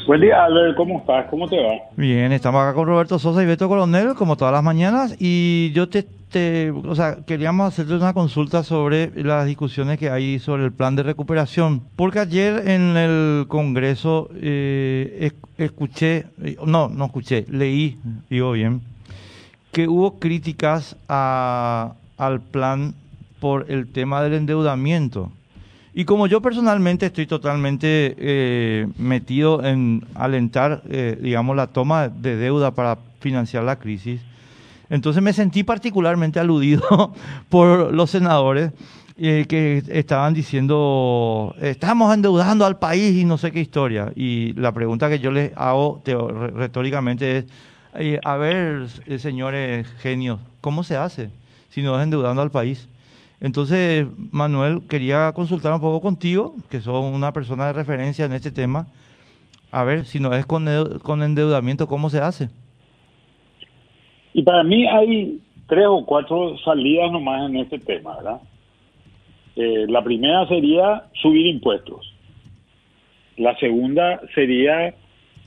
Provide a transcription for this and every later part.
Buen día, Albert, ¿cómo estás? ¿Cómo te va? Bien, estamos acá con Roberto Sosa y Beto Coronel, como todas las mañanas, y yo o sea, queríamos hacerte una consulta sobre las discusiones que hay sobre el plan de recuperación, porque ayer en el Congreso no escuché, leí, digo bien, que hubo críticas al plan por el tema del endeudamiento. Y como yo personalmente estoy totalmente metido en alentar, digamos, la toma de deuda para financiar la crisis, entonces me sentí particularmente aludido por los senadores que estaban diciendo, estamos endeudando al país y no sé qué historia. Y la pregunta que yo les hago retóricamente es, a ver, señores genios, ¿cómo se hace si no es endeudando al país? Entonces, Manuel, quería consultar un poco contigo, que sos una persona de referencia en este tema, a ver si no es con endeudamiento, ¿cómo se hace? Y para mí hay 3 o 4 salidas nomás en este tema, ¿verdad? La primera sería subir impuestos. La segunda sería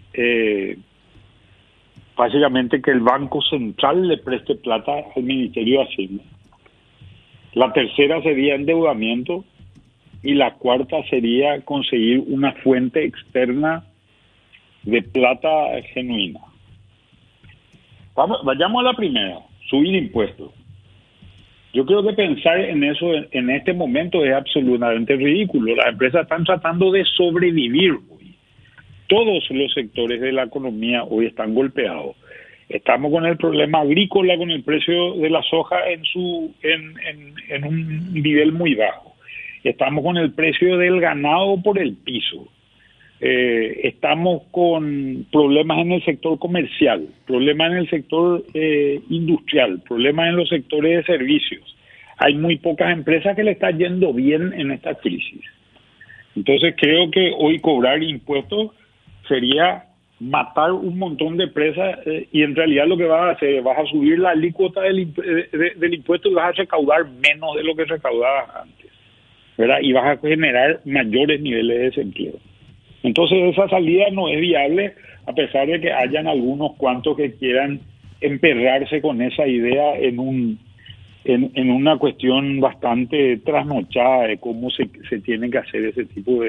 básicamente que el Banco Central le preste plata al Ministerio de Hacienda. La tercera sería endeudamiento y la cuarta sería conseguir una fuente externa de plata genuina. Vayamos a la primera, subir impuestos. Yo creo que pensar en eso en este momento es absolutamente ridículo. Las empresas están tratando de sobrevivir hoy. Todos los sectores de la economía hoy están golpeados. Estamos con el problema agrícola, con el precio de la soja en un nivel muy bajo. Estamos con el precio del ganado por el piso. Estamos con problemas en el sector comercial, problemas en el sector industrial, problemas en los sectores de servicios. Hay muy pocas empresas que le están yendo bien en esta crisis. Entonces creo que hoy cobrar impuestos sería matar un montón de empresas y en realidad lo que vas a hacer es vas a subir la alícuota del impuesto y vas a recaudar menos de lo que recaudabas antes, ¿verdad? Y vas a generar mayores niveles de desempleo. Entonces esa salida no es viable, a pesar de que hayan algunos cuantos que quieran emperrarse con esa idea en una cuestión bastante trasnochada de cómo se tienen que hacer ese tipo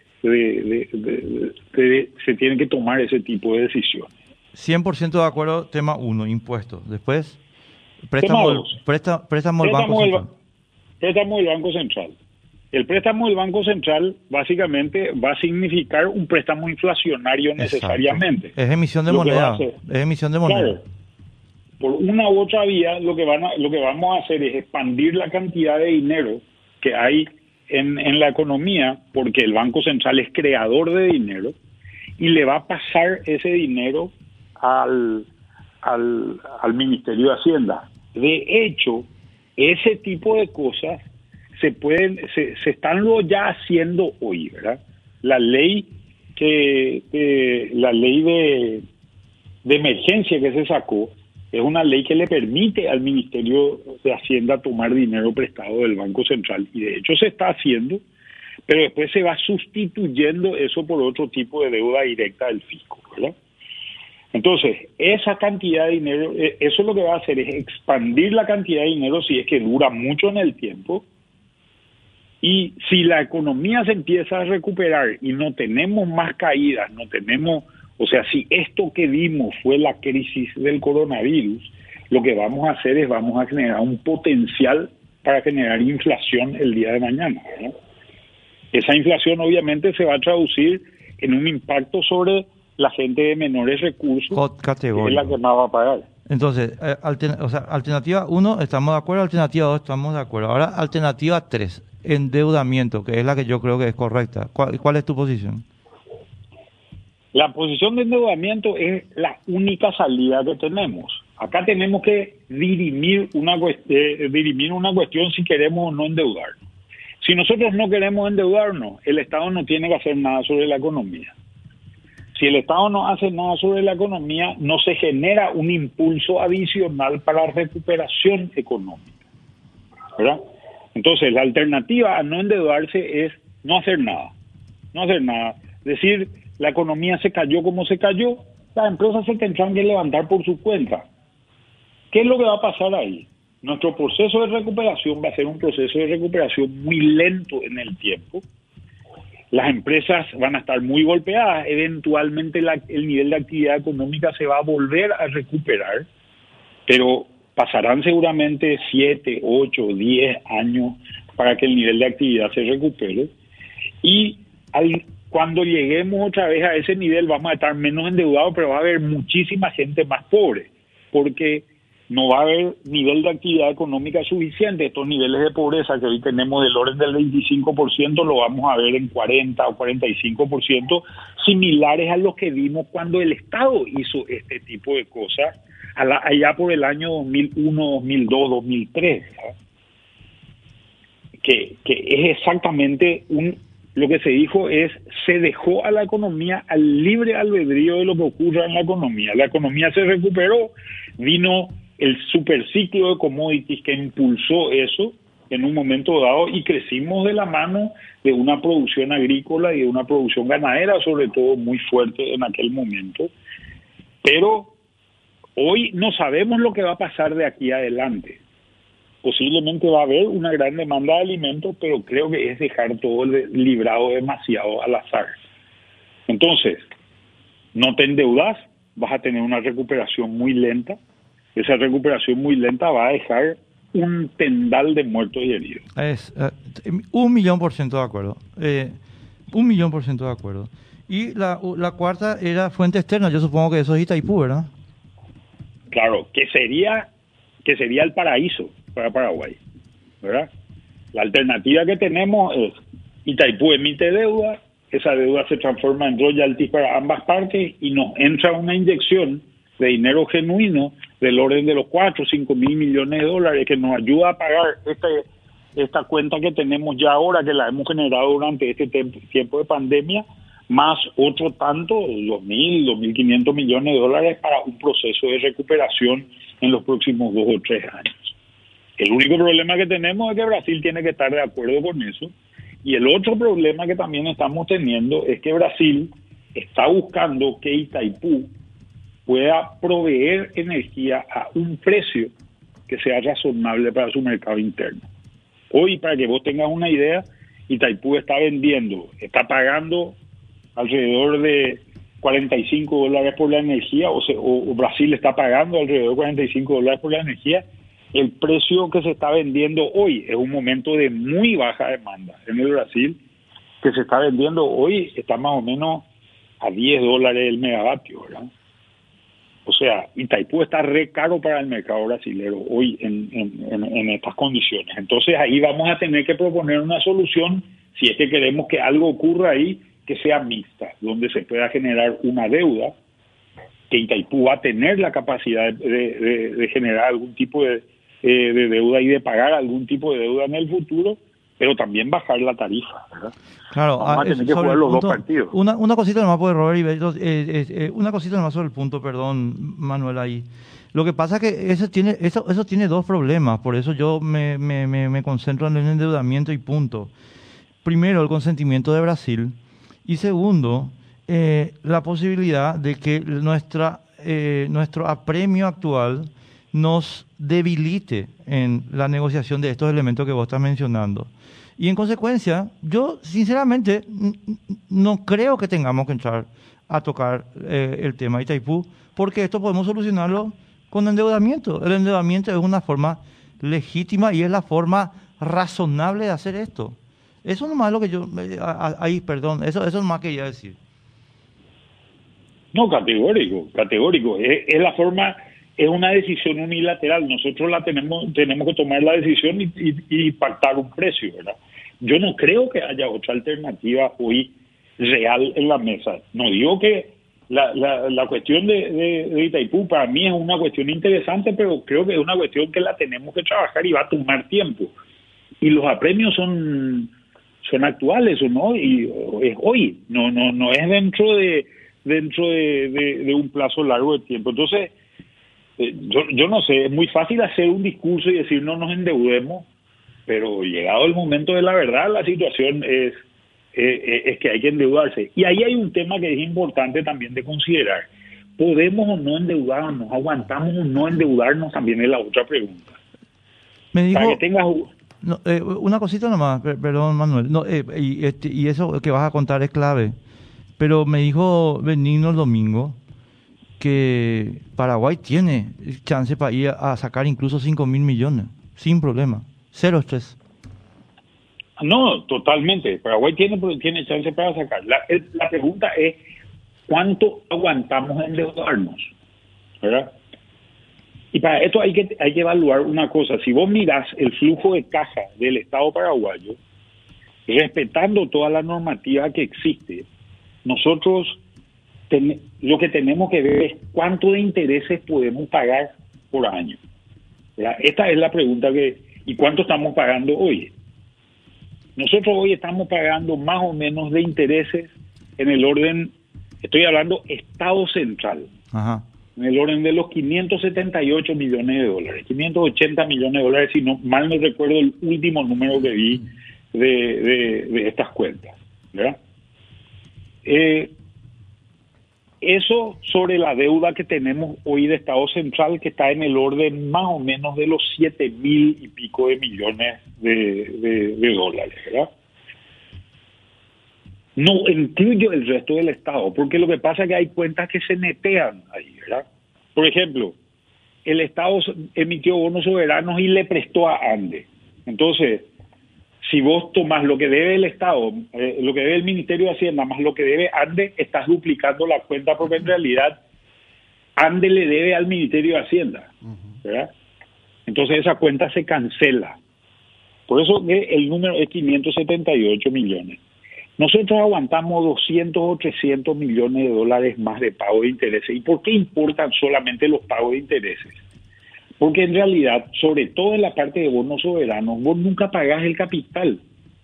se tienen que tomar ese tipo de decisiones. 100% de acuerdo, tema 1, impuestos. Después, préstamo del Banco Central. Préstamo del Banco Central. El préstamo del Banco Central básicamente va a significar un préstamo inflacionario necesariamente. Es emisión de moneda. Es emisión de moneda. Claro, por una u otra vía lo que vamos a hacer es expandir la cantidad de dinero que hay en la economía, porque el Banco Central es creador de dinero y le va a pasar ese dinero al Ministerio de Hacienda. De hecho, ese tipo de cosas se están ya haciendo hoy, ¿verdad? La ley de emergencia que se sacó es una ley que le permite al Ministerio de Hacienda tomar dinero prestado del Banco Central y de hecho se está haciendo, pero después se va sustituyendo eso por otro tipo de deuda directa del fisco, ¿verdad? Entonces, esa cantidad de dinero, eso lo que va a hacer es expandir la cantidad de dinero si es que dura mucho en el tiempo. Y si la economía se empieza a recuperar y no tenemos más caídas, o sea, si esto que vimos fue la crisis del coronavirus, lo que vamos a hacer es vamos a generar un potencial para generar inflación el día de mañana, ¿no? Esa inflación obviamente se va a traducir en un impacto sobre la gente de menores recursos, que es la que más va a pagar. Entonces, alternativa 1, estamos de acuerdo, alternativa 2, estamos de acuerdo. Ahora, alternativa 3, endeudamiento, que es la que yo creo que es correcta. ¿Cuál es tu posición? La posición de endeudamiento es la única salida que tenemos. Acá tenemos que dirimir una cuestión si queremos o no endeudarnos. Si nosotros no queremos endeudarnos, el Estado no tiene que hacer nada sobre la economía. Si el Estado no hace nada sobre la economía, no se genera un impulso adicional para la recuperación económica, ¿verdad? Entonces, la alternativa a no endeudarse es no hacer nada. No hacer nada. Decir, la economía se cayó como se cayó, las empresas se tendrán que levantar por su cuenta. ¿Qué es lo que va a pasar ahí? Nuestro proceso de recuperación va a ser un proceso de recuperación muy lento en el tiempo. Las empresas van a estar muy golpeadas, eventualmente el nivel de actividad económica se va a volver a recuperar, pero pasarán seguramente 7, 8, 10 años para que el nivel de actividad se recupere. Y cuando lleguemos otra vez a ese nivel vamos a estar menos endeudados, pero va a haber muchísima gente más pobre, porque no va a haber nivel de actividad económica suficiente. Estos niveles de pobreza que hoy tenemos del orden del 25% lo vamos a ver en 40 o 45%, similares a los que vimos cuando el Estado hizo este tipo de cosas allá por el año 2001, 2002, 2003, ¿sabes? Que es exactamente lo que se dijo es, se dejó a la economía al libre albedrío de lo que ocurra en la economía. La economía se recuperó, vino el superciclo de commodities que impulsó eso en un momento dado y crecimos de la mano de una producción agrícola y de una producción ganadera, sobre todo muy fuerte en aquel momento. Pero hoy no sabemos lo que va a pasar de aquí adelante. Posiblemente va a haber una gran demanda de alimentos, pero creo que es dejar todo librado demasiado al azar. Entonces, no te endeudas, vas a tener una recuperación muy lenta. Esa recuperación muy lenta va a dejar un tendal de muertos y heridos. Es 1.000.000% de acuerdo. 1.000.000% de acuerdo. Y la cuarta era fuente externa. Yo supongo que eso es Itaipú, ¿verdad? Claro, que sería el paraíso para Paraguay, ¿verdad? La alternativa que tenemos es Itaipú emite deuda, esa deuda se transforma en royalties para ambas partes y nos entra una inyección de dinero genuino del orden de los 4 o 5 mil millones de dólares que nos ayuda a pagar esta cuenta que tenemos ya ahora, que la hemos generado durante este tiempo de pandemia, más otro tanto, 2.000, 2.500 millones de dólares para un proceso de recuperación en los próximos 2 o 3 años. El único problema que tenemos es que Brasil tiene que estar de acuerdo con eso. Y el otro problema que también estamos teniendo es que Brasil está buscando que Itaipú pueda proveer energía a un precio que sea razonable para su mercado interno. Hoy, para que vos tengas una idea, Itaipú está pagando alrededor de $45 por la energía, o Brasil está pagando alrededor de $45 por la energía. El precio que se está vendiendo hoy es un momento de muy baja demanda en el Brasil, que se está vendiendo hoy está más o menos a $10 el megavatio, ¿verdad? O sea, Itaipú está re caro para el mercado brasilero hoy en estas condiciones. Entonces ahí vamos a tener que proponer una solución, si es que queremos que algo ocurra ahí, que sea mixta, donde se pueda generar una deuda, que Itaipú va a tener la capacidad de generar algún tipo de deuda y de pagar algún tipo de deuda en el futuro, pero también bajar la tarifa, ¿verdad? Claro, vamos a tener que jugar los dos partidos. Una cosita nomás, porque Robert y Beto, una cosita nomás sobre el punto, perdón, Manuel, ahí. Lo que pasa es que eso tiene dos problemas, por eso yo me concentro en el endeudamiento y punto. Primero, el consentimiento de Brasil, y segundo, la posibilidad de que nuestro apremio actual nos debilite en la negociación de estos elementos que vos estás mencionando. Y en consecuencia, yo sinceramente no creo que tengamos que entrar a tocar el tema de Itaipú, porque esto podemos solucionarlo con endeudamiento. El endeudamiento es una forma legítima y es la forma razonable de hacer esto. Eso nomás es lo que yo... eso nomás quería decir. No, categórico. Es la forma... Es una decisión unilateral. Nosotros tenemos que tomar la decisión y pactar un precio, ¿verdad? Yo no creo que haya otra alternativa hoy real en la mesa. No digo que la cuestión de Itaipú para mí es una cuestión interesante, pero creo que es una cuestión que la tenemos que trabajar y va a tomar tiempo. Y los apremios son actuales, ¿o no? Y es hoy, no es dentro de un plazo largo de tiempo. Entonces, yo no sé, es muy fácil hacer un discurso y decir no nos endeudemos, pero llegado el momento de la verdad, la situación es es que hay que endeudarse. Y ahí hay un tema que es importante también de considerar. ¿Podemos o no endeudarnos? ¿Aguantamos o no endeudarnos? También es la otra pregunta. Me dijo... Para que tengas... No, una cosita nomás, perdón Manuel, no, y eso que vas a contar es clave, pero me dijo Benigno el domingo que Paraguay tiene chance para ir a sacar incluso 5.000 millones, sin problema, cero estrés. No, totalmente, Paraguay tiene chance para sacar. La pregunta es, ¿cuánto aguantamos endeudarnos? ¿Verdad? Y para esto hay que evaluar una cosa. Si vos mirás el flujo de caja del Estado paraguayo, respetando toda la normativa que existe, nosotros lo que tenemos que ver es cuánto de intereses podemos pagar por año. ¿Verdad? Esta es la pregunta ¿y cuánto estamos pagando hoy? Nosotros hoy estamos pagando más o menos de intereses en el orden, estoy hablando Estado central. Ajá. En el orden de los 578 millones de dólares, 580 millones de dólares, si no mal no recuerdo el último número que vi de estas cuentas, ¿verdad? Eso sobre la deuda que tenemos hoy de Estado Central, que está en el orden más o menos de los 7.000 y pico de millones de dólares, ¿verdad? No incluyo el resto del Estado, porque lo que pasa es que hay cuentas que se netean ahí, ¿verdad? Por ejemplo, el Estado emitió bonos soberanos y le prestó a ANDE. Entonces, si vos tomás lo que debe el Estado, lo que debe el Ministerio de Hacienda, más lo que debe ANDE, estás duplicando la cuenta porque en realidad ANDE le debe al Ministerio de Hacienda, ¿verdad? Entonces esa cuenta se cancela. Por eso el número es 578 millones. Nosotros aguantamos 200 o 300 millones de dólares más de pago de intereses. ¿Y por qué importan solamente los pagos de intereses? Porque en realidad, sobre todo en la parte de bonos soberanos, vos nunca pagás el capital.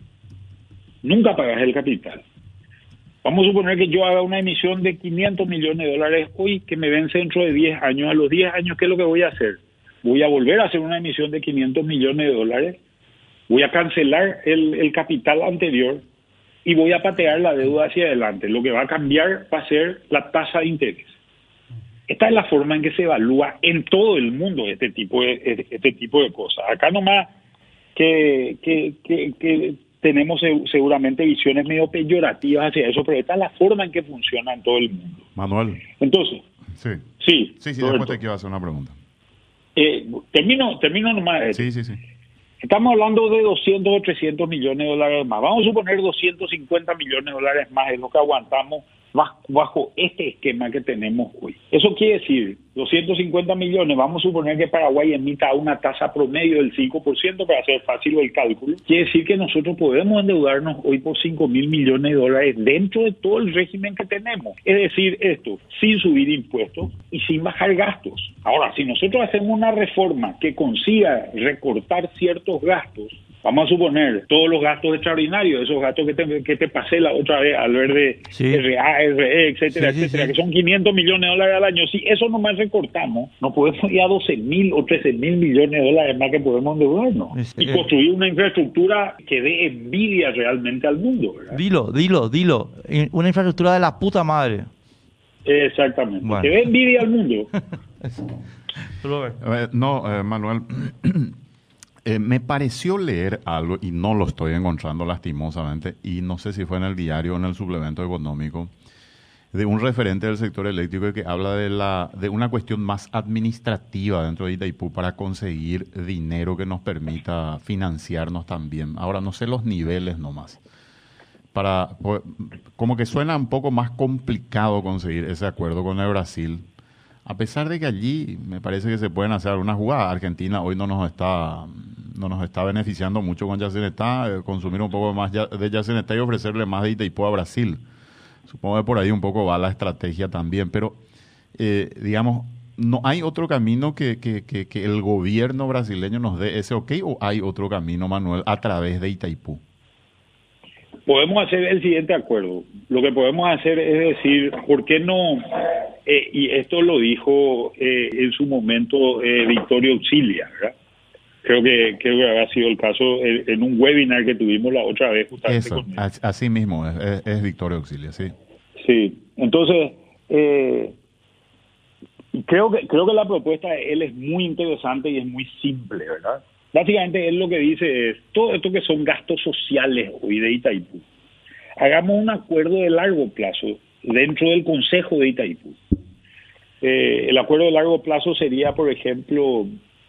Nunca pagás el capital. Vamos a suponer que yo haga una emisión de 500 millones de dólares hoy que me vence dentro de 10 años. A los 10 años, ¿qué es lo que voy a hacer? Voy a volver a hacer una emisión de 500 millones de dólares. Voy a cancelar el capital anterior y voy a patear la deuda hacia adelante. Lo que va a cambiar va a ser la tasa de interés. Esta es la forma en que se evalúa en todo el mundo este tipo de cosas. Acá nomás que tenemos seguramente visiones medio peyorativas hacia eso, pero esta es la forma en que funciona en todo el mundo. Manuel. Entonces, sí, después te quiero hacer una pregunta. Termino nomás. Sí. Estamos hablando de 200 o 300 millones de dólares más. Vamos a suponer 250 millones de dólares más es lo que aguantamos bajo este esquema que tenemos hoy. Eso quiere decir, 250 millones, vamos a suponer que Paraguay emita una tasa promedio del 5% para hacer fácil el cálculo. Quiere decir que nosotros podemos endeudarnos hoy por 5.000 millones de dólares dentro de todo el régimen que tenemos. Es decir, esto, sin subir impuestos y sin bajar gastos. Ahora, si nosotros hacemos una reforma que consiga recortar ciertos gastos, vamos a suponer todos los gastos extraordinarios, esos gastos que te pasé la otra vez al ver de RA, RE, etcétera, que son 500 millones de dólares al año. Si eso nomás recortamos, no podemos ir a 12.000 o 13.000 millones de dólares más que podemos endeudarnos y construir una infraestructura que dé envidia realmente al mundo, ¿verdad? Dilo. Una infraestructura de la puta madre. Exactamente. Bueno. Que dé envidia al mundo. Manuel... me pareció leer algo, y no lo estoy encontrando lastimosamente, y no sé si fue en el diario o en el suplemento económico, de un referente del sector eléctrico que habla de una cuestión más administrativa dentro de Itaipú para conseguir dinero que nos permita financiarnos también. Ahora, no sé los niveles nomás. Como que suena un poco más complicado conseguir ese acuerdo con el Brasil. A pesar de que allí me parece que se pueden hacer algunas jugadas. Argentina hoy no nos está beneficiando mucho con Yacyretá, consumir un poco más de Yacyretá y ofrecerle más de Itaipú a Brasil. Supongo que por ahí un poco va la estrategia también, pero digamos, ¿no hay otro camino que el gobierno brasileño nos dé ese ok o hay otro camino, Manuel, a través de Itaipú? Podemos hacer el siguiente acuerdo. Lo que podemos hacer es decir, ¿por qué no? Y esto lo dijo en su momento Victorio Auxilia, ¿verdad? Creo que había sido el caso en un webinar que tuvimos la otra vez justamente Eso, con él. así mismo es Victoria Auxilia, sí. Sí, entonces creo que la propuesta de él es muy interesante y es muy simple, ¿verdad? Básicamente él lo que dice es, todo esto que son gastos sociales hoy de Itaipú, hagamos un acuerdo de largo plazo dentro del Consejo de Itaipú. El acuerdo de largo plazo sería, por ejemplo,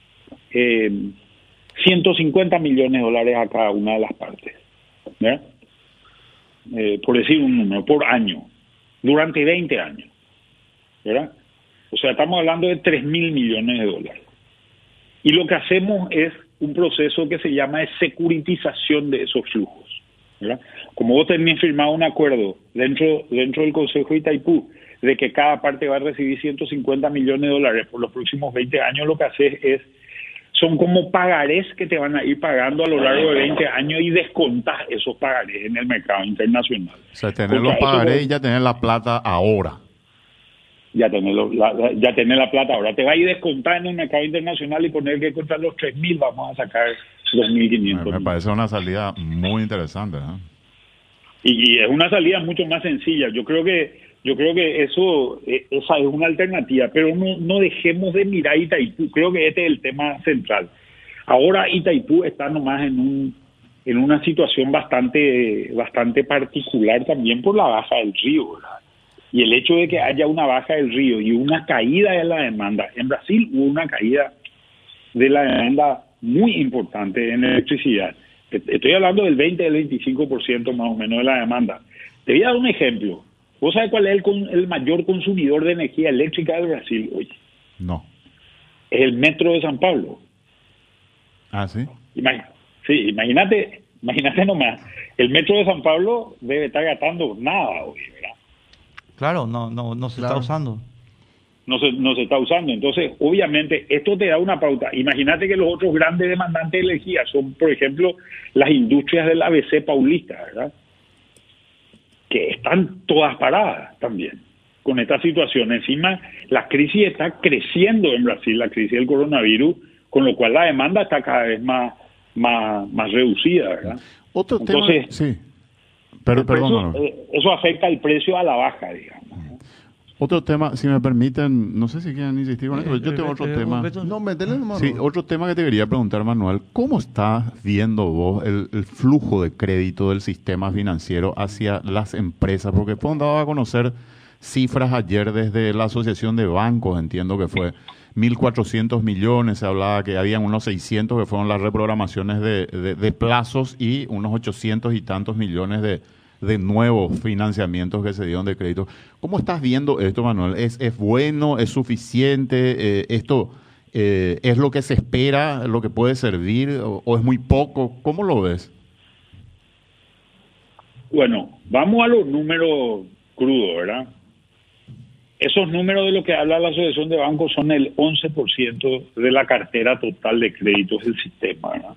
150 millones de dólares a cada una de las partes, ¿verdad? Por decir un número, por año, durante 20 años, ¿verdad? O sea, estamos hablando de 3.000 millones de dólares. Y lo que hacemos es un proceso que se llama de securitización de esos flujos, ¿verdad? Como vos tenés firmado un acuerdo dentro del Consejo de Itaipú de que cada parte va a recibir 150 millones de dólares por los próximos 20 años, lo que haces son como pagarés que te van a ir pagando a lo largo de 20 años y descontás esos pagarés en el mercado internacional. O sea, tener los pagarés y ya tener la plata ahora. Ya tener la plata ahora. Te va a ir descontar en el mercado internacional y poner que contra los 3.000 vamos a sacar 2.500. Me parece una salida muy interesante, ¿eh? Y es una salida mucho más sencilla. Yo creo que esa es una alternativa, pero no dejemos de mirar Itaipú. Creo que este es el tema central. Ahora Itaipú está nomás en una situación bastante particular también por la baja del río, ¿verdad? Y el hecho de que haya una baja del río y una caída de la demanda. En Brasil hubo una caída de la demanda muy importante en electricidad. Estoy hablando del 20 al 25% más o menos de la demanda. Te voy a dar un ejemplo. ¿Vos sabés cuál es el mayor consumidor de energía eléctrica del Brasil hoy? No. Es el Metro de San Pablo. Ah, ¿sí? Sí, imagínate nomás. El Metro de San Pablo debe estar gastando nada hoy, ¿verdad? Claro, no se está usando. No se está usando. Entonces, obviamente, esto te da una pauta. Imagínate que los otros grandes demandantes de energía son, por ejemplo, las industrias del ABC Paulista, ¿verdad? Que están todas paradas también con esta situación. Encima, la crisis está creciendo en Brasil, la crisis del coronavirus, con lo cual la demanda está cada vez más reducida, ¿verdad? Otro tema, sí. Perdón. Eso afecta el precio a la baja, digamos. Otro tema, si me permiten, no sé si quieren insistir con eso, yo tengo otro tema. No, métele nomás. Sí, otro tema que te quería preguntar, Manuel. ¿Cómo estás viendo vos el flujo de crédito del sistema financiero hacia las empresas? Porque fue dado a conocer cifras ayer desde la Asociación de Bancos, entiendo que fue 1.400 millones, se hablaba que habían unos 600 que fueron las reprogramaciones de plazos y unos 800 y tantos millones de nuevos financiamientos que se dieron de crédito. ¿Cómo estás viendo esto, Manuel? ¿Es bueno? ¿Es suficiente? ¿Esto es lo que se espera, lo que puede servir o es muy poco? ¿Cómo lo ves? Bueno, vamos a los números crudos, ¿verdad? Esos números de lo que habla la Asociación de Bancos son el 11% de la cartera total de créditos del sistema, ¿verdad?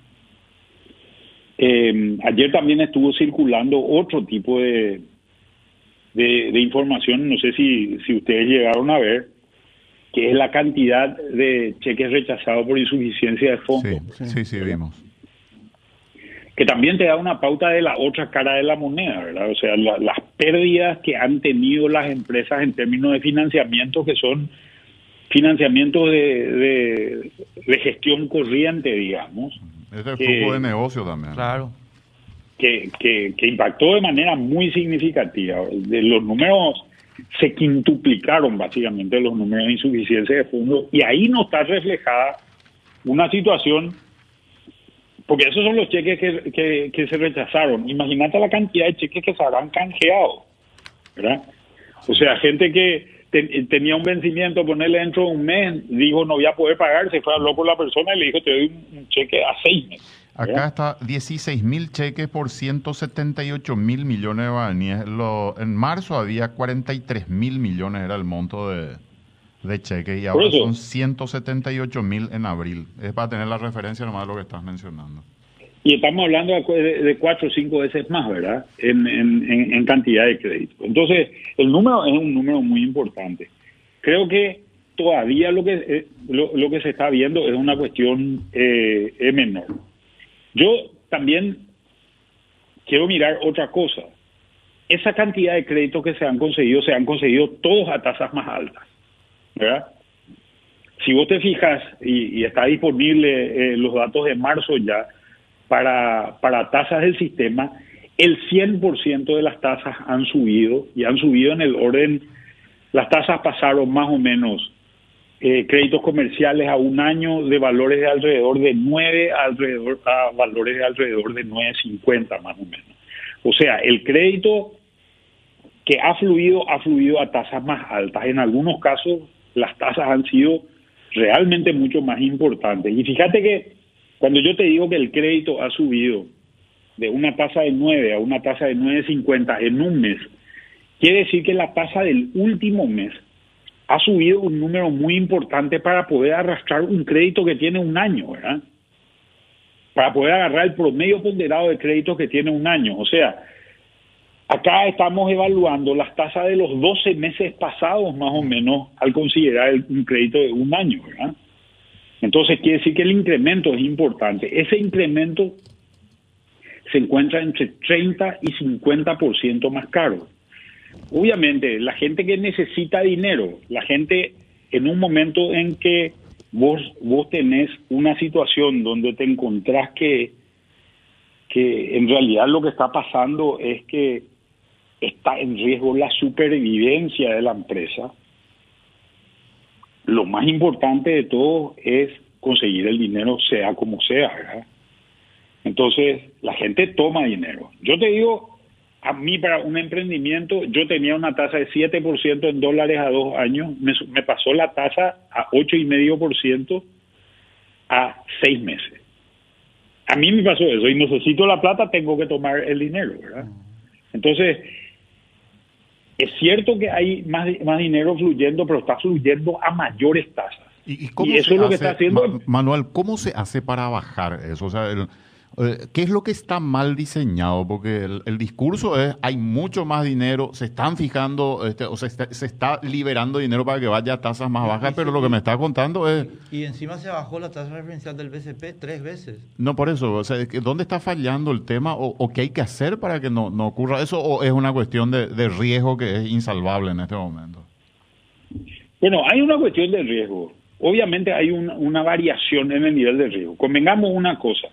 Ayer también estuvo circulando otro tipo de información, no sé si ustedes llegaron a ver, que es la cantidad de cheques rechazados por insuficiencia de fondos. Sí, vimos. Que también te da una pauta de la otra cara de la moneda, ¿verdad? O sea, las pérdidas que han tenido las empresas en términos de financiamiento, que son financiamientos de gestión corriente, digamos. Es el flujo de negocio también. Claro. Que impactó de manera muy significativa. Los números se quintuplicaron básicamente, los números de insuficiencia de fondos, y ahí no está reflejada una situación, porque esos son los cheques que se rechazaron. Imagínate la cantidad de cheques que se habrán canjeado, ¿verdad? O sea, gente que tenía un vencimiento, ponerle dentro de un mes, dijo no voy a poder pagar, se fue, habló con la persona y le dijo te doy un cheque a 6 meses. ¿Verdad? Acá está 16.000 cheques por 178.000 millones de guaraníes. En marzo había 43.000 millones, era el monto de cheques, y ahora son 178.000 en abril. Es para tener la referencia nomás de lo que estás mencionando. Y estamos hablando de 4 o 5 veces más, ¿verdad? En cantidad de crédito. Entonces, el número es un número muy importante. Creo que todavía lo que se está viendo es una cuestión menor. Yo también quiero mirar otra cosa. Esa cantidad de créditos que se han conseguido todos a tasas más altas, ¿verdad? Si vos te fijas, y está disponible los datos de marzo ya, para tasas del sistema, el 100% de las tasas han subido, y han subido en el orden, las tasas pasaron más o menos, créditos comerciales a un año de valores de alrededor de 9 a valores de alrededor de 9.50 más o menos. O sea, el crédito que ha fluido a tasas más altas. En algunos casos las tasas han sido realmente mucho más importantes. Y fíjate que cuando yo te digo que el crédito ha subido de una tasa de 9 a una tasa de 9.50 en un mes, quiere decir que la tasa del último mes ha subido un número muy importante para poder arrastrar un crédito que tiene un año, ¿verdad? Para poder agarrar el promedio ponderado de crédito que tiene un año. O sea, acá estamos evaluando las tasas de los 12 meses pasados más o menos al considerar un crédito de un año, ¿verdad? Entonces quiere decir que el incremento es importante. Ese incremento se encuentra entre 30 y 50% más caro. Obviamente, la gente que necesita dinero, la gente en un momento en que vos tenés una situación donde te encontrás que en realidad lo que está pasando es que está en riesgo la supervivencia de la empresa, lo más importante de todo es conseguir el dinero sea como sea, ¿verdad? Entonces, la gente toma dinero. Yo te digo, a mí para un emprendimiento, yo tenía una tasa de 7% en dólares a 2 años, me pasó la tasa a 8,5% a 6 meses. A mí me pasó eso y necesito la plata, tengo que tomar el dinero, ¿verdad? Entonces, es cierto que hay más dinero fluyendo, pero está fluyendo a mayores tasas. ¿Y cómo y eso es lo que está haciendo. Manuel, ¿cómo se hace para bajar eso? O sea, ¿qué es lo que está mal diseñado? Porque el discurso es, hay mucho más dinero, se están fijando, o sea, se está liberando dinero para que vaya a tasas más bajas, pero lo que me está contando es... Y encima se bajó la tasa referencial del BCP 3 veces. No, por eso, o sea, ¿dónde está fallando el tema o qué hay que hacer para que no ocurra eso? ¿O es una cuestión de riesgo que es insalvable en este momento? Bueno, hay una cuestión de riesgo. Obviamente hay una variación en el nivel de riesgo. Convengamos una cosa.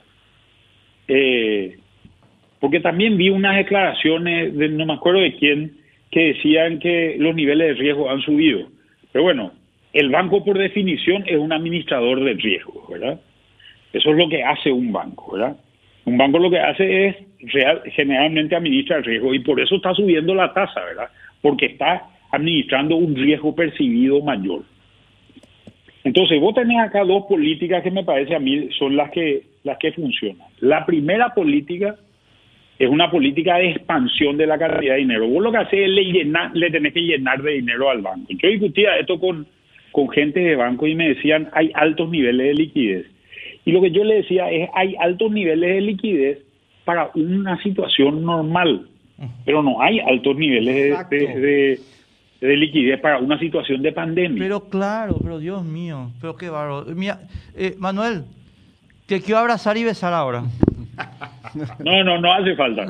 Porque también vi unas declaraciones de no me acuerdo de quién que decían que los niveles de riesgo han subido, pero bueno, el banco por definición es un administrador de riesgo, ¿verdad? Eso es lo que hace un banco, ¿verdad? Un banco lo que hace es generalmente administra el riesgo y por eso está subiendo la tasa, ¿verdad? Porque está administrando un riesgo percibido mayor. Entonces, vos tenés acá dos políticas que me parece a mí son las que funcionan. La primera política es una política de expansión de la cantidad de dinero. Vos lo que haces es le tenés que llenar de dinero al banco. Yo discutía esto con gente de banco y me decían, hay altos niveles de liquidez. Y lo que yo le decía es, hay altos niveles de liquidez para una situación normal, pero no hay altos niveles de liquidez para una situación de pandemia. Pero claro, pero Dios mío, pero qué bárbaro. Mira, Manuel, te quiero abrazar y besar ahora. No hace falta.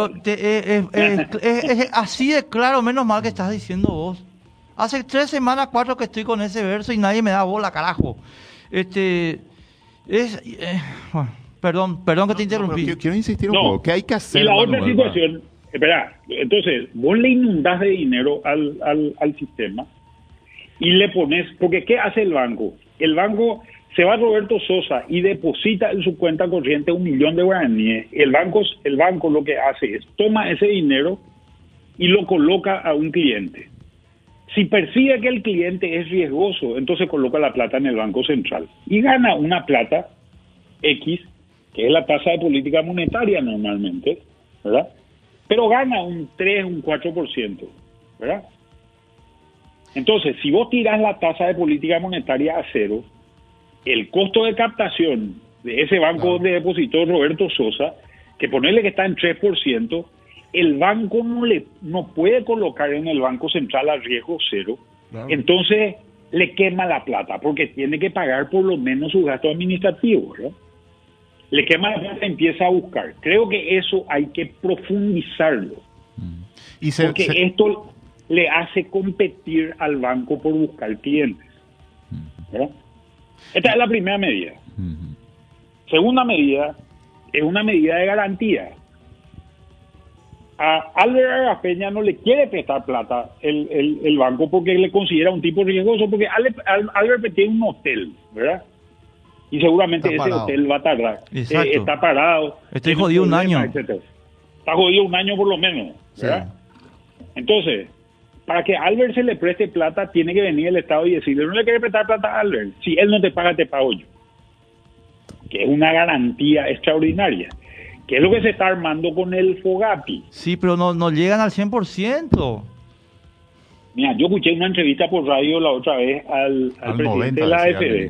Es así de claro, menos mal que estás diciendo vos. Hace 3 semanas, 4 que estoy con ese verso y nadie me da bola, carajo. Bueno, perdón que te interrumpí. Quiero insistir un poco. ¿Qué hay que hacer? Y la otra situación... Espera, entonces vos le inundás de dinero al sistema y le pones, porque ¿qué hace el banco? El banco se va a Roberto Sosa y deposita en su cuenta corriente 1 millón de guaraníes. El banco lo que hace es toma ese dinero y lo coloca a un cliente. Si percibe que el cliente es riesgoso, entonces coloca la plata en el Banco Central y gana una plata X, que es la tasa de política monetaria normalmente, ¿verdad? Pero gana un 3, un 4%, ¿verdad? Entonces, si vos tirás la tasa de política monetaria a cero, el costo de captación de ese banco de depósito Roberto Sosa, que ponerle que está en 3%, el banco no puede colocar en el Banco Central a riesgo cero. Claro. Entonces, le quema la plata porque tiene que pagar por lo menos sus gastos administrativos, ¿verdad? Le quema la plata y empieza a buscar. Creo que eso hay que profundizarlo. Porque esto le hace competir al banco por buscar clientes, ¿verdad? Esta es la primera medida. Segunda medida es una medida de garantía. A Albert Argas no le quiere prestar plata el banco porque le considera un tipo riesgoso, porque Albert tiene un hotel, ¿verdad? Y seguramente ese hotel va a tardar. Está parado. Estoy jodido un año. Etcétera. Está jodido un año por lo menos, ¿verdad? Sí. Entonces, para que a Albert se le preste plata, tiene que venir el Estado y decirle, no le quiere prestar plata a Albert. Si él no te paga, te pago yo. Que es una garantía extraordinaria. Que es lo que se está armando con el FOGAPI. Sí, pero no llegan al 100%. Mira, yo escuché una entrevista por radio la otra vez al presidente de la AFD.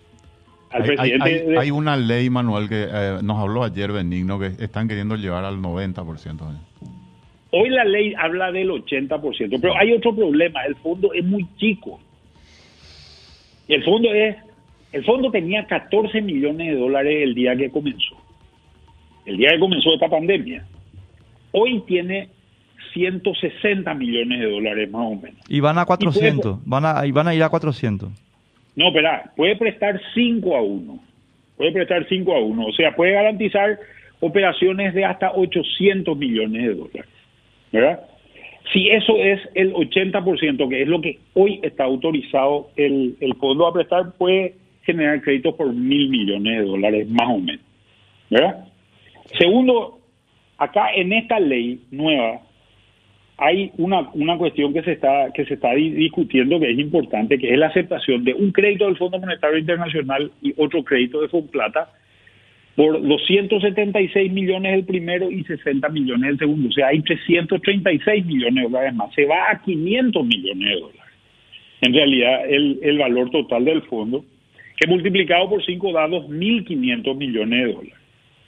Hay una ley, Manuel, que nos habló ayer Benigno, que están queriendo llevar al 90%. Hoy la ley habla del 80%, pero hay otro problema. El fondo es muy chico. Y el fondo tenía 14 millones de dólares el día que comenzó. El día que comenzó esta pandemia. Hoy tiene 160 millones de dólares más o menos. Y van a 400. Van a ir a 400. No, espera, puede prestar 5-1. Puede prestar 5-1. O sea, puede garantizar operaciones de hasta 800 millones de dólares. ¿Verdad? Si eso es el 80%, que es lo que hoy está autorizado el fondo a prestar, puede generar créditos por 1.000 millones de dólares más o menos. ¿Verdad? Segundo, acá en esta ley nueva hay una cuestión que se está discutiendo que es importante, que es la aceptación de un crédito del Fondo Monetario Internacional y otro crédito de Fonplata por 276 millones el primero y 60 millones el segundo. O sea, hay 336 millones de dólares más. Se va a 500 millones de dólares. En realidad, el valor total del fondo, que multiplicado por 5 da 2.500 millones de dólares.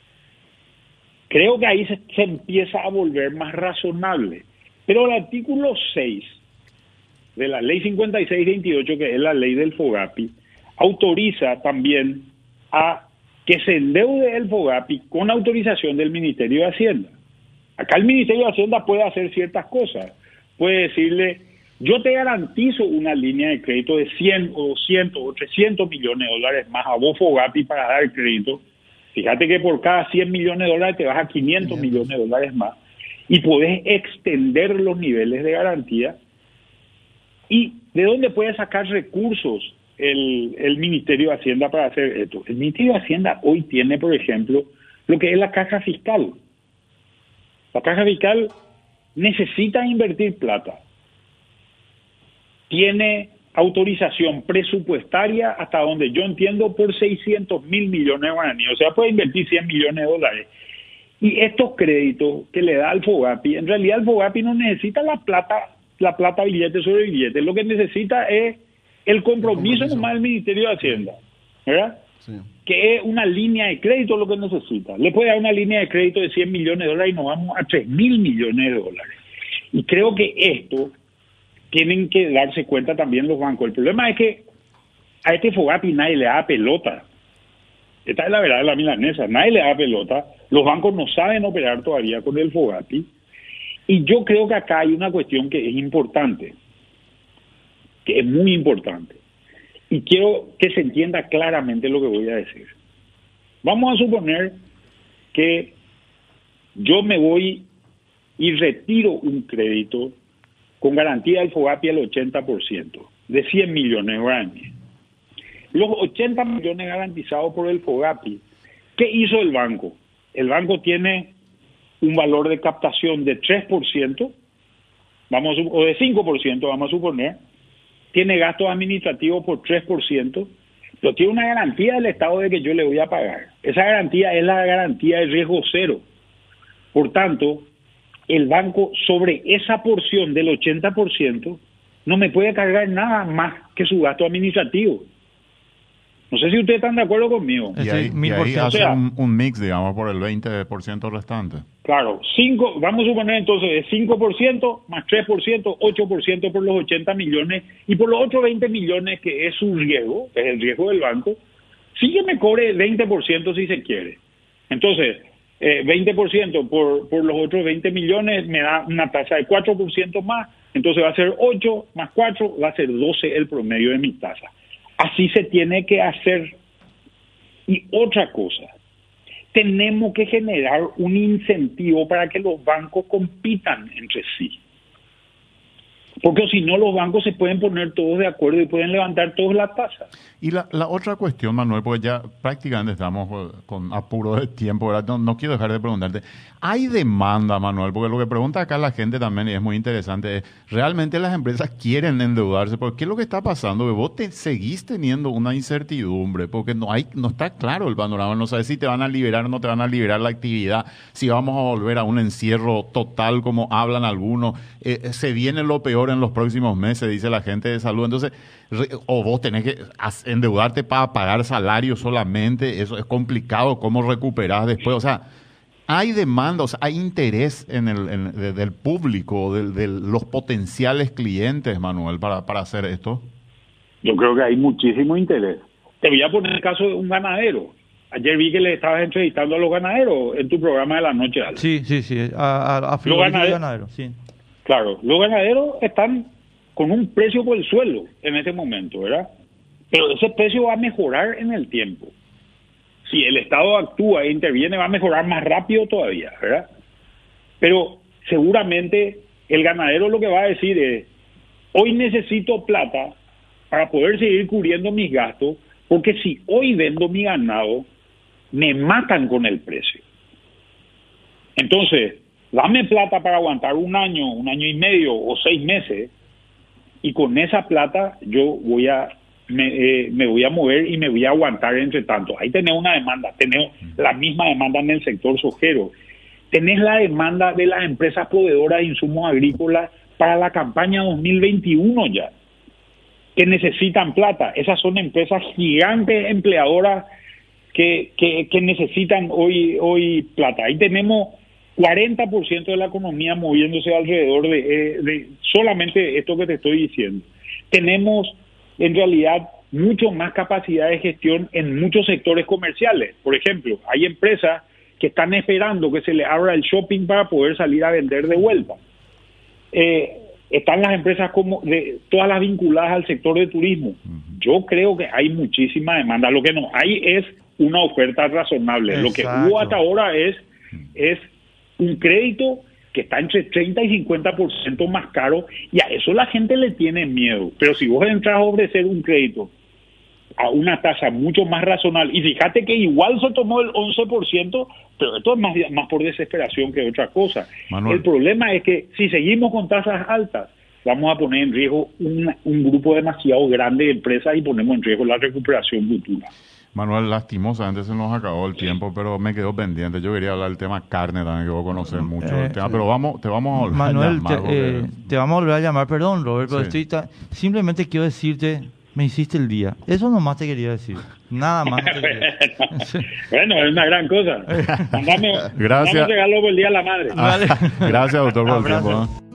Creo que ahí se empieza a volver más razonable. Pero el artículo 6 de la ley 5628, que es la ley del FOGAPI, autoriza también a que se endeude el FOGAPI con autorización del Ministerio de Hacienda. Acá el Ministerio de Hacienda puede hacer ciertas cosas. Puede decirle, yo te garantizo una línea de crédito de 100 o 200 o 300 millones de dólares más a vos, FOGAPI, para dar crédito. Fíjate que por cada 100 millones de dólares te vas a 500 millones de dólares más. Y podés extender los niveles de garantía. ¿Y de dónde puede sacar recursos el Ministerio de Hacienda para hacer esto? El Ministerio de Hacienda hoy tiene, por ejemplo, lo que es la caja fiscal. La caja fiscal necesita invertir plata. Tiene autorización presupuestaria, hasta donde yo entiendo, por 600 mil millones de guaraníes. O sea, puede invertir 100 millones de dólares. Y estos créditos que le da al FOGAPI, en realidad el FOGAPI no necesita la plata billete sobre billete. Lo que necesita es el compromiso nomás del Ministerio de Hacienda, ¿verdad? Sí. Que es una línea de crédito lo que necesita. Le puede dar una línea de crédito de 100 millones de dólares y nos vamos a 3.000 millones de dólares. Y creo que esto tienen que darse cuenta también los bancos. El problema es que a este FOGAPI nadie le da pelota. Esta es la verdad de la milanesa. Nadie le da pelota. Los bancos no saben operar todavía con el FOGAPI. Y yo creo que acá hay una cuestión que es importante, que es muy importante. Y quiero que se entienda claramente lo que voy a decir. Vamos a suponer que yo me voy y retiro un crédito con garantía del FOGAPI al 80%, de 100 millones de guaraníes. Los 80 millones garantizados por el FOGAPI, ¿qué hizo el banco? El banco tiene un valor de captación de 3%, o de 5%, vamos a suponer. Tiene gastos administrativos por 3%, pero tiene una garantía del Estado de que yo le voy a pagar. Esa garantía es la garantía de riesgo cero. Por tanto, el banco sobre esa porción del 80% no me puede cargar nada más que su gasto administrativo. No sé si ustedes están de acuerdo conmigo. Y ahí, Sí, y ahí 1000%. hace O sea, un mix, digamos, por el 20% restante. Claro, vamos a suponer entonces de 5% más 3%, 8% por los 80 millones y por los otros 20 millones que es su riesgo, que es el riesgo del banco, sí que me cobre 20% si se quiere. Entonces, 20% por los otros 20 millones me da una tasa de 4% más, entonces va a ser 8 más 4, va a ser 12 el promedio de mi tasa. Así se tiene que hacer. Y otra cosa, tenemos que generar un incentivo para que los bancos compitan entre sí. Porque si no, los bancos se pueden poner todos de acuerdo y pueden levantar todos la tasa. Y la otra cuestión, Manuel, porque ya prácticamente estamos con apuro de tiempo, ¿verdad? No quiero dejar de preguntarte. ¿Hay demanda, Manuel? Porque lo que pregunta acá la gente también, y es muy interesante, es, ¿realmente las empresas quieren endeudarse? Porque ¿qué es lo que está pasando? Que vos seguís teniendo una incertidumbre, porque no está claro el panorama. No sabes si te van a liberar o no te van a liberar la actividad, si vamos a volver a un encierro total, como hablan algunos. Se viene lo peor en los próximos meses, dice la gente de salud. Entonces, o vos tenés que endeudarte para pagar salarios solamente, eso es complicado, ¿cómo recuperás después? O sea, hay demanda, o sea, hay interés del público, de los potenciales clientes, Manuel, para hacer esto. Yo creo que hay muchísimo interés. Te voy a poner el caso de un ganadero. Ayer vi que le estabas entrevistando a los ganaderos en tu programa de la noche, Alex. Sí, a frigoríficos y ganaderos, sí. Claro, los ganaderos están con un precio por el suelo en este momento, ¿verdad? Pero ese precio va a mejorar en el tiempo. Si el Estado actúa e interviene, va a mejorar más rápido todavía, ¿verdad? Pero seguramente el ganadero lo que va a decir es, hoy necesito plata para poder seguir cubriendo mis gastos, porque si hoy vendo mi ganado, me matan con el precio. Entonces, dame plata para aguantar un año y medio o 6 meses, y con esa plata yo me voy a mover y me voy a aguantar entre tanto. Ahí tenés una demanda, tenés la misma demanda en el sector sojero. Tenés la demanda de las empresas proveedoras de insumos agrícolas para la campaña 2021 ya, que necesitan plata. Esas son empresas gigantes empleadoras que necesitan hoy plata. Ahí tenemos 40% de la economía moviéndose alrededor de solamente esto que te estoy diciendo. Tenemos en realidad mucho más capacidad de gestión en muchos sectores comerciales. Por ejemplo, hay empresas que están esperando que se les abra el shopping para poder salir a vender de vuelta. Están las empresas como todas las vinculadas al sector de turismo. Yo creo que hay muchísima demanda. Lo que no hay es una oferta razonable. Exacto. Lo que hubo hasta ahora es un crédito que está entre 30 y 50% más caro, y a eso la gente le tiene miedo. Pero si vos entras a ofrecer un crédito a una tasa mucho más razonable, y fíjate que igual se tomó el 11%, pero esto es más por desesperación que otra cosa. Manuel. El problema es que si seguimos con tasas altas, vamos a poner en riesgo un grupo demasiado grande de empresas y ponemos en riesgo la recuperación futura. Manuel, lastimosamente se nos acabó el tiempo, pero me quedó pendiente. Yo quería hablar del tema carne también, que vos conocés mucho el tema, pero te vamos a volver Manuel, a llamar. te vamos a volver a llamar, perdón, Robert, pero simplemente quiero decirte, me hiciste el día. Eso nomás te quería decir. Nada más. Bueno, es una gran cosa. Mandame Gracias. regalo por el Día de la Madre. Gracias, doctor, por el tiempo.